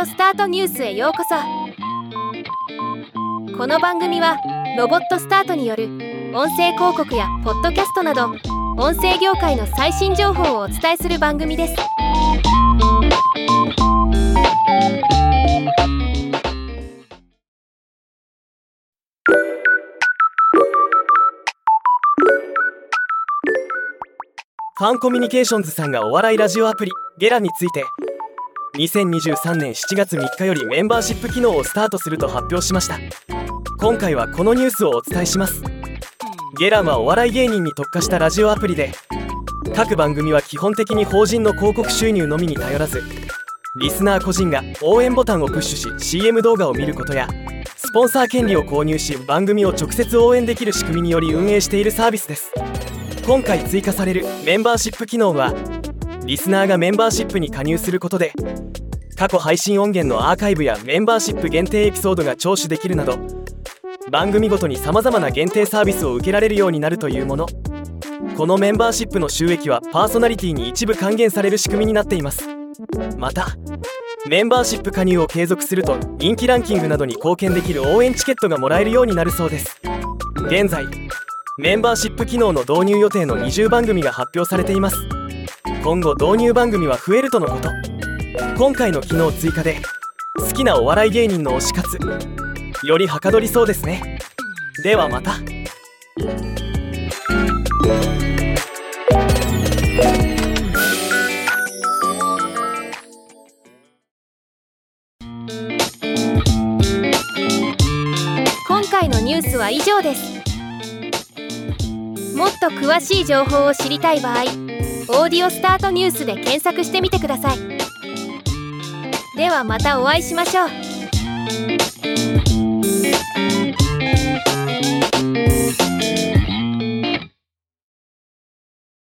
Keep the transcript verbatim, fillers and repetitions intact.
オスタートニュースへようこそ。この番組はロボットスタートによる音声広告やポッドキャストなど音声業界の最新情報をお伝えする番組です。 ファンコミュニケーションズさんがお笑いラジオアプリゲラについてにせんにじゅうさんねんしちがつみっかよりメンバーシップ機能をスタートすると発表しました。今回はこのニュースをお伝えします。ゲラはお笑い芸人に特化したラジオアプリで、各番組は基本的に法人の広告収入のみに頼らず、リスナー個人が応援ボタンをプッシュし シーエム 動画を見ることやスポンサー権利を購入し番組を直接応援できる仕組みにより運営しているサービスです。今回追加されるメンバーシップ機能は、リスナーがメンバーシップに加入することで過去配信音源のアーカイブやメンバーシップ限定エピソードが聴取できるなど、番組ごとに様々な限定サービスを受けられるようになるというもの。このメンバーシップの収益はパーソナリティに一部還元される仕組みになっています。またメンバーシップ加入を継続すると人気ランキングなどに貢献できる応援チケットがもらえるようになるそうです。現在メンバーシップ機能の導入予定のにじゅうばんぐみが発表されています。今後導入番組は増えるとのこと。今回の機能追加で好きなお笑い芸人の推し活よりはかどりそうですね。ではまた。 今回のニュースは以上です。もっと詳しい情報を知りたい場合、オーディオスタートニュースで検索してみてください。ではまたお会いしましょう。